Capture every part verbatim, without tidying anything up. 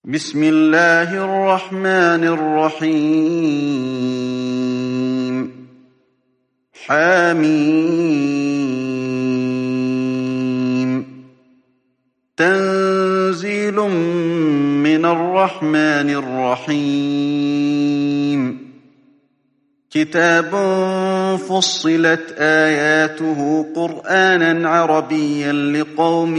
بسم الله الرحمن الرحيم حميم تنزيل من الرحمن الرحيم كتاب فصلت آياته قرآنا عربيا لقوم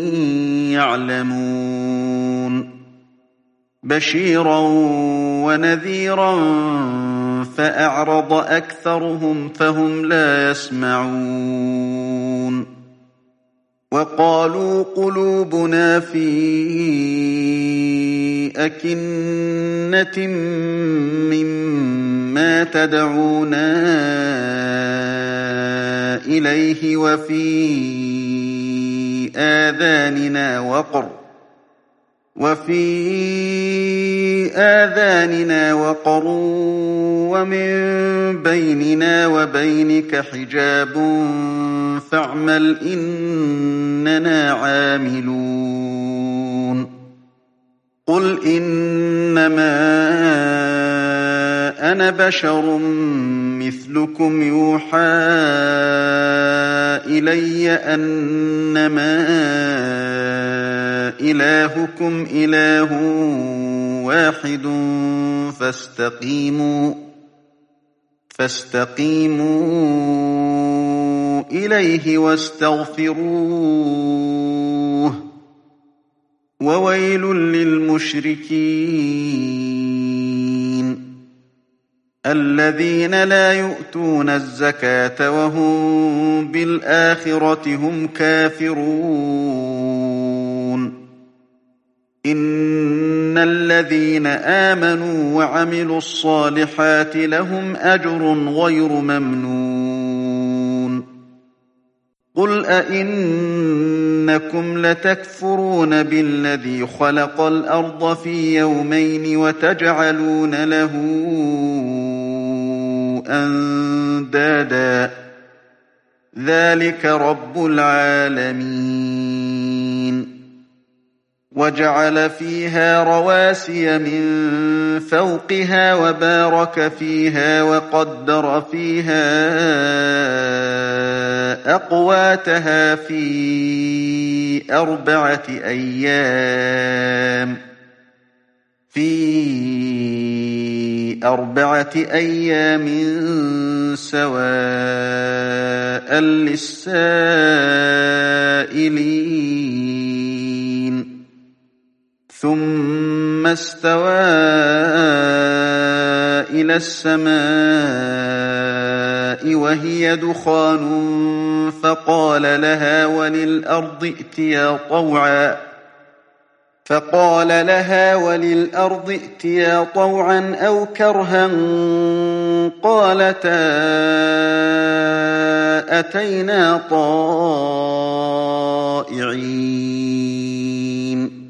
يعلمون بشيرا ونذيرا فأعرض أكثرهم فهم لا يسمعون وقالوا قلوبنا في أكنة مما تدعونا إليه وفي آذاننا وقر وفي آذاننا وقر ومن بيننا وبينك حجاب فاعمل إننا عاملون قل إنما أنا بشر مثلكم يوحى إلي أنما إلهكم إله واحد فاستقيموا فاستقيموا إليه واستغفروه وويل للمشركين الذين لا يؤتون الزكاة وهم بالآخرة هم كافرون إن الذين آمنوا وعملوا الصالحات لهم أجر غير ممنون قل أئنكم لتكفرون بالذي خلق الأرض في يومين وتجعلون له أندادا ذلك رب العالمين وجعل فيها رواسي من فوقها وبارك فيها وقدر فيها أقواتها في أربعة أيام في أربعة أيام سواء للسائلين ثم استوى إلى السماء وهي دخان فقال لها وللأرض ائتيا طوعا فقال لها وللأرض ائتيا طوعا أو كرها قالتا أتينا طائعين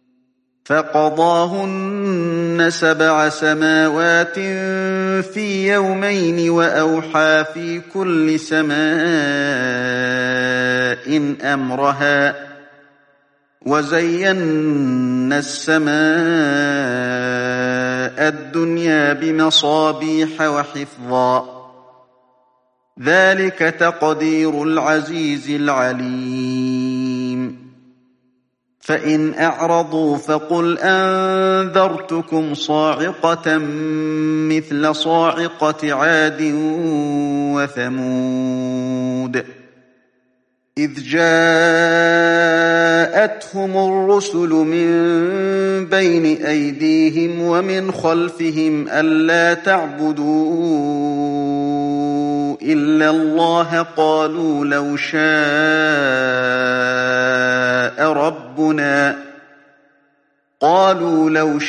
فقضاهن سبع سماوات في يومين وأوحى في كل سماء أمرها وزينا السماء الدنيا بمصابيح وحفظا ذلك تقدير العزيز العليم فإن أعرضوا فقل أنذرتكم صاعقة مثل صاعقة عاد وثمود إذ جاءتهم الرسل من بين أيديهم ومن خلفهم ألا تعبدوا إلا الله قالوا لو شاء ربنا قالوا لو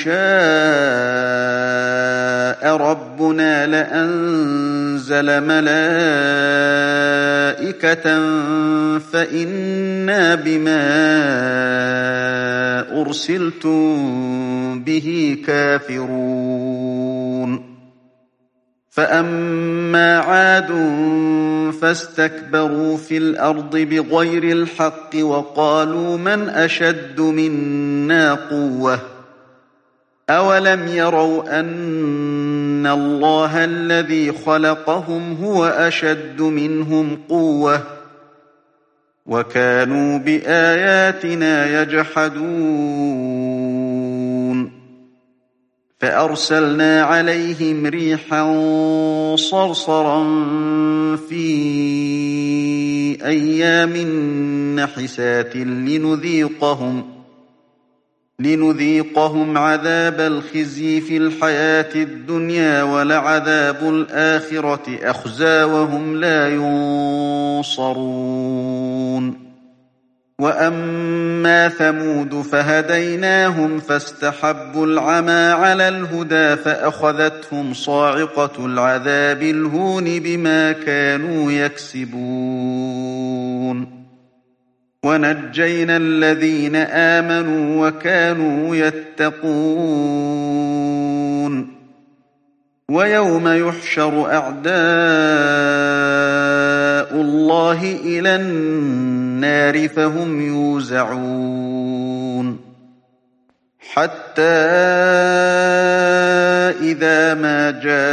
شاء ربنا لأنزل ملائكة فإنا بما أرسلتم به كافرون فأما عاد فاستكبروا في الأرض بغير الحق وقالوا من أشد منا قوة أولم يروا أن الله الذي خلقهم هو أشد منهم قوة وكانوا بآياتنا يجحدون فأرسلنا عليهم ريحا صرصرا في أيام نحسات لنذيقهم لنذيقهم عذاب الخزي في الحياة الدنيا ولعذاب الآخرة أخزى وهم لا ينصرون وأما ثمود فهديناهم فاستحبوا العمى على الهدى فأخذتهم صاعقة العذاب الهون بما كانوا يكسبون ونجينا الذين آمنوا وكانوا يتقون ويوم يحشر أعداء الله إلى النار فهم يوزعون حتى إذا ما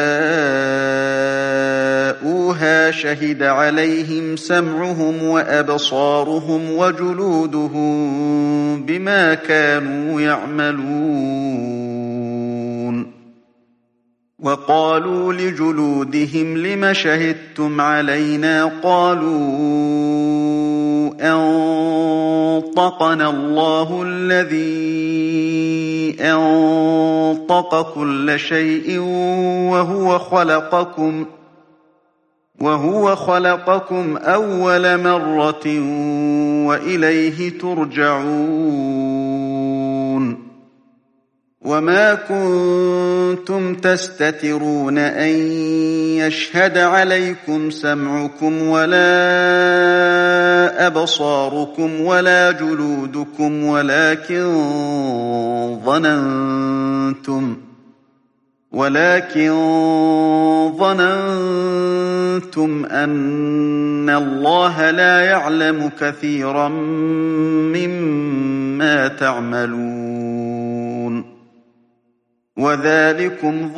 جاءوها شهد عليهم سمعهم وأبصارهم وجلودهم بما كانوا يعملون وقالوا لجلودهم لم شهدتم علينا قالوا أنطقنا الله الذي أنطق كل شيء وهو خلقكم وهو خلقكم أول مرة وإليه ترجعون وما كنتم تستترون أن يشهد عليكم سمعكم ولا أبصاركم ولا جلودكم ولكن ظننتم ولكن ظننتم أن الله لا يعلم كثيرا مما تعملون وذلكم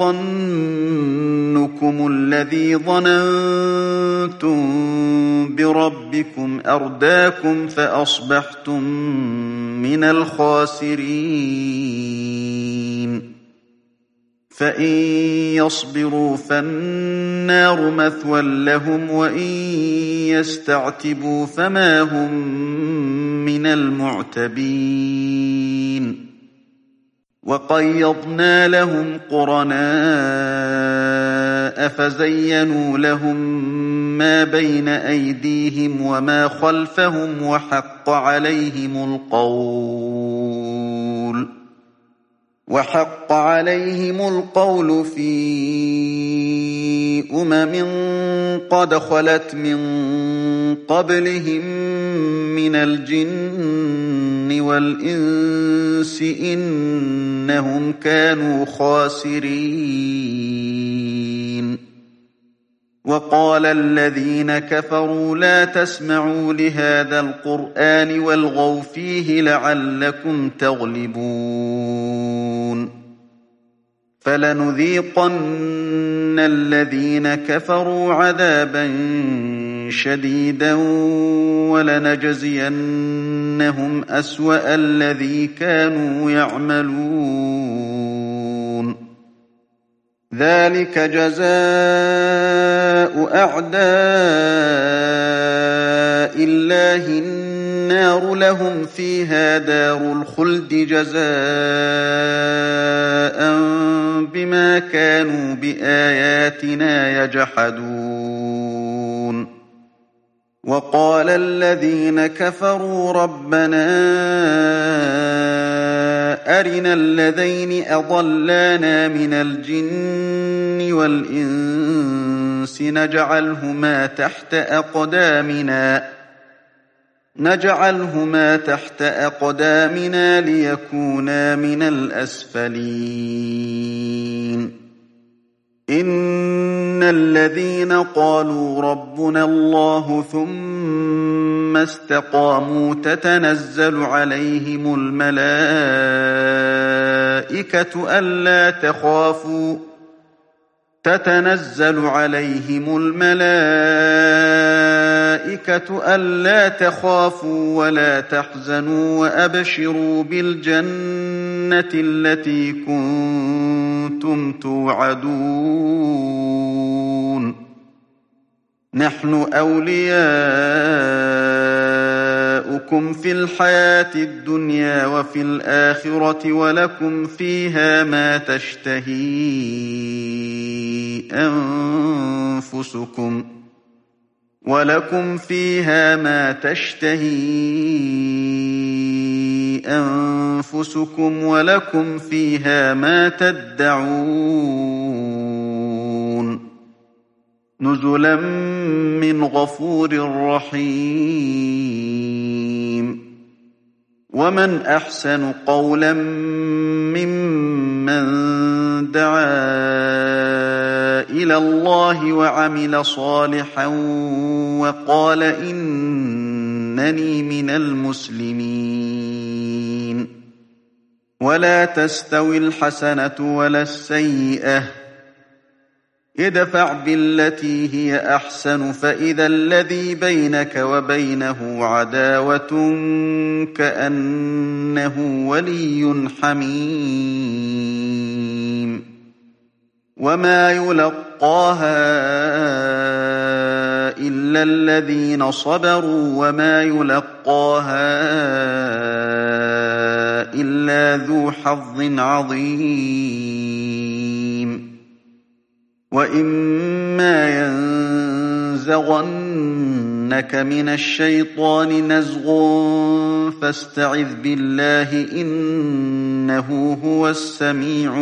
ظنكم الذي ظننتم بربكم أرداكم فأصبحتم من الخاسرين فإن يصبروا فالنار مثوى لهم وإن يستعتبوا فما هم من المعتبين وقيضنا لهم قرناء فزينوا لهم ما بين أيديهم وما خلفهم وحق عليهم القول وحق عليهم القول في أمم قد خلت من قبلهم من الجن والإنس إنهم كانوا خاسرين وقال الذين كفروا لا تسمعوا لهذا القرآن والغوا فيه لعلكم تغلبون فلنذيقن الذين كفروا عذابا شديدا ولنجزينهم أسوأ الذي كانوا يعملون ذلك جزاء أعداء الله النار لهم فيها دار الخلد جزاء بما كانوا بآياتنا يجحدون وقال الذين كفروا ربنا أرنا الذين أضلانا من الجن والإنس نجعلهما تحت أقدامنا نجعلهما تحت أقدامنا ليكونا من الأسفلين إن الذين قالوا ربنا الله ثم ثم استقاموا تتنزل عليهم الملائكة ألا تخافوا تتنزل عليهم الملائكة ألا تخافوا ولا تحزنوا وأبشروا بالجنة التي كنتم توعدون نحن أولياؤكم في الحياة الدنيا وفي الآخرة ولكم فيها ما تشتهي أنفسكم ولكم فيها ما تشتهي أنفسكم ولكم فيها ما تدعون نزلا من غفور رحيم ومن أحسن قولا ممن دعا إلى الله وعمل صالحا وقال إنني من المسلمين ولا تستوي الحسنة ولا السيئة ادفع بالتي هي أحسن فإذا الذي بينك وبينه عداوة كأنه ولي حميم وما يلقاها إلا الذين صبروا وما يلقاها إلا ذو حظ عظيم وإما ينزغنك من الشيطان نزغ فاستعذ بالله إنه هو السميع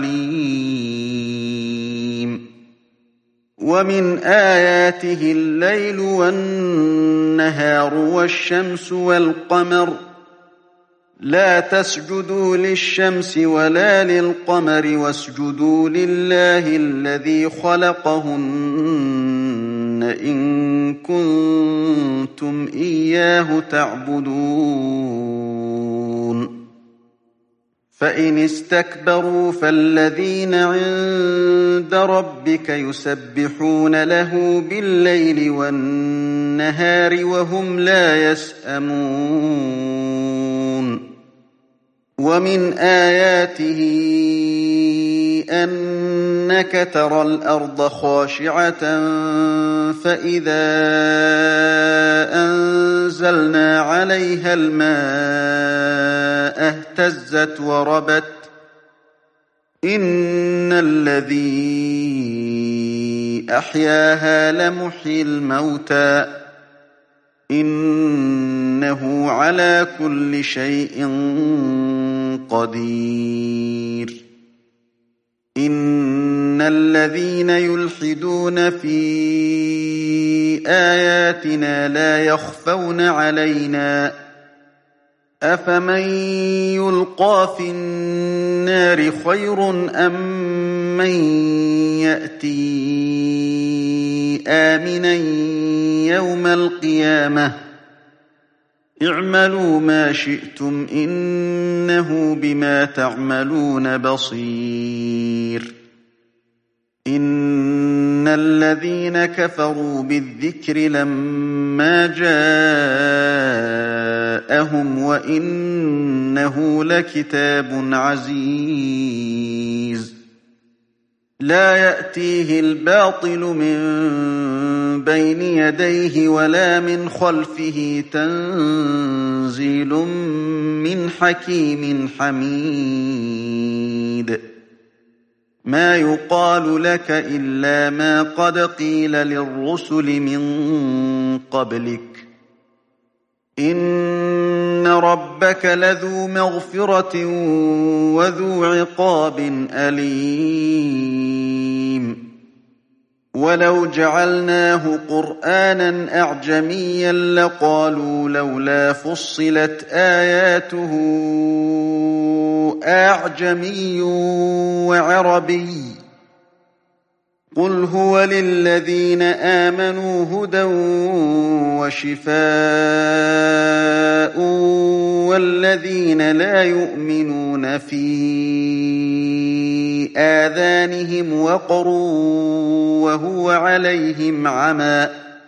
العليم ومن آياته الليل والنهار والشمس والقمر لا تسجدوا للشمس ولا للقمر واسجدوا لله الذي خلقهن إن كنتم إياه تعبدون فإن استكبروا فالذين عند ربك يسبحون له بالليل والنهار وهم لا يسأمون ومن آياته أنك ترى الأرض خاشعة فإذا أنزلنا عليها الماء اهتزت وربت إن الذي أحياها لمحيي الموتى إنه على كل شيء قدير إن الذين يلحدون في آياتنا لا يخفون علينا أفمن يلقى في النار خير أم من يأتي آمنا يوم القيامة اعملوا ما شئتم إنه بما تعملون بصير إن الذين كفروا بالذكر لما جاءهم وإنه لكتاب عزيز لا يأتيه الباطل من بين يديه ولا من خلفه تنزيل من حكيم حميد ما يقال لك إلا ما قد قيل للرسل من قبلك إن ربك لذو مغفرة وذو عقاب أليم ولو جعلناه قرآنا أعجميا لقالوا لولا فصلت آياته أعجمي وعربي قل هو للذين آمنوا هدى وشفاء والذين لا يؤمنون في آذانهم وقر وهو عليهم عمى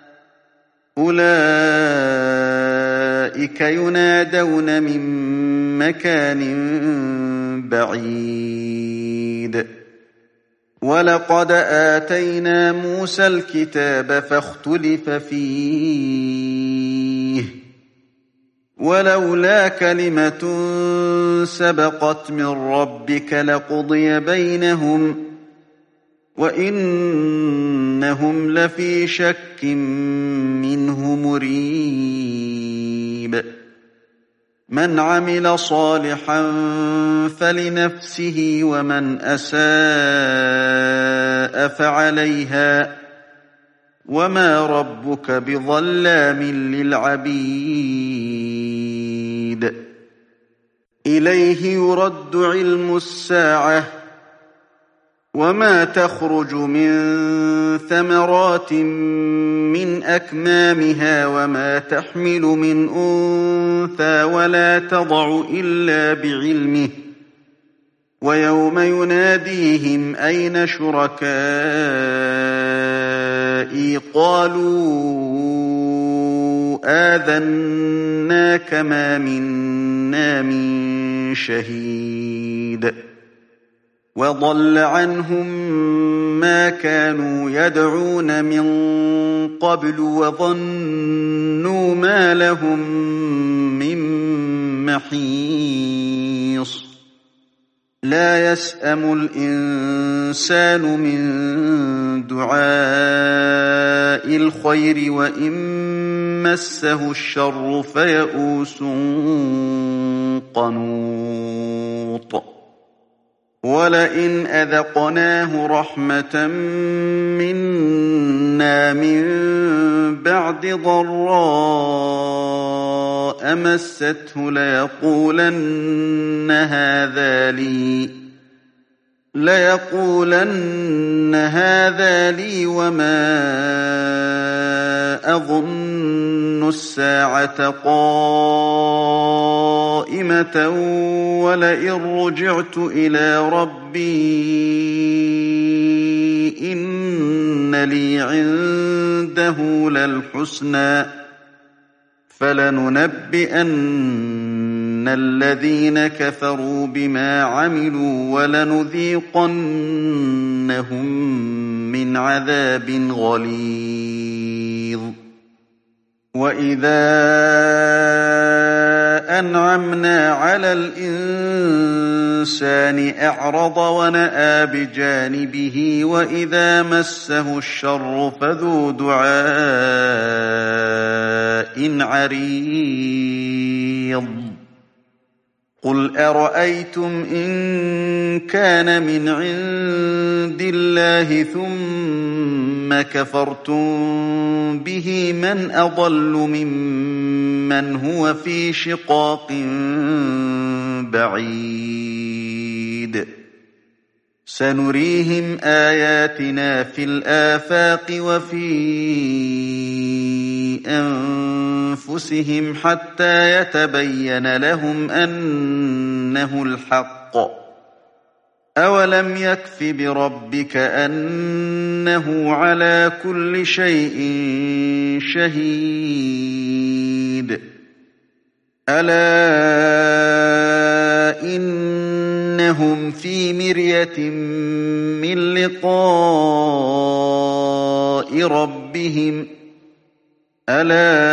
أولئك ينادون من مكان بعيد ولقد آتينا موسى الكتاب فاختلف فيه ولولا كلمة سبقت من ربك لقضي بينهم وإنهم لفي شك منه مريب من عمل صالحا فلنفسه ومن أساء فعليها وما ربك بظلام للعبيد إليه يرد علم الساعة وما تخرج من ثمرات من أكمامها وما تحمل من أنثى ولا تضع إلا بعلمه ويوم يناديهم أين شركائي قالوا آذناك ما منا من شهيد وضل عنهم ما كانوا يدعون من قبل وظنوا ما لهم من محيص لا يسأم الإنسان من دعاء الخير وإن مسه الشر فيئوس قنوط ولئن أذقناه رحمة منا من بعد ضراء مسته ليقولن هذا لي ليقولن هذا لي وما أظن الساعة قائمة ولئن رجعت إلى ربي إن لي عنده للحسنى فلننبئن الذين كفروا بما عملوا ولنذيقنهم من عذاب غليظ وإذا أنعمنا على الإنسان أعرض ونأى بجانبه وإذا مسه الشر فذو دعاء عريض قل أرأيتم إن كان من عند الله ثم كفرتم به من أضل ممن هو في شقاق بعيد سنريهم آياتنا في الآفاق وفي أنفسهم حتى يتبين لهم أنه الحق أولم يكف بربك أنه على كل شيء شهيد ألا إنهم في مرية من لقاء ربهم ألا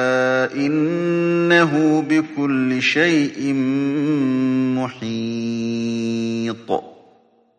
إنه بكل شيء محيط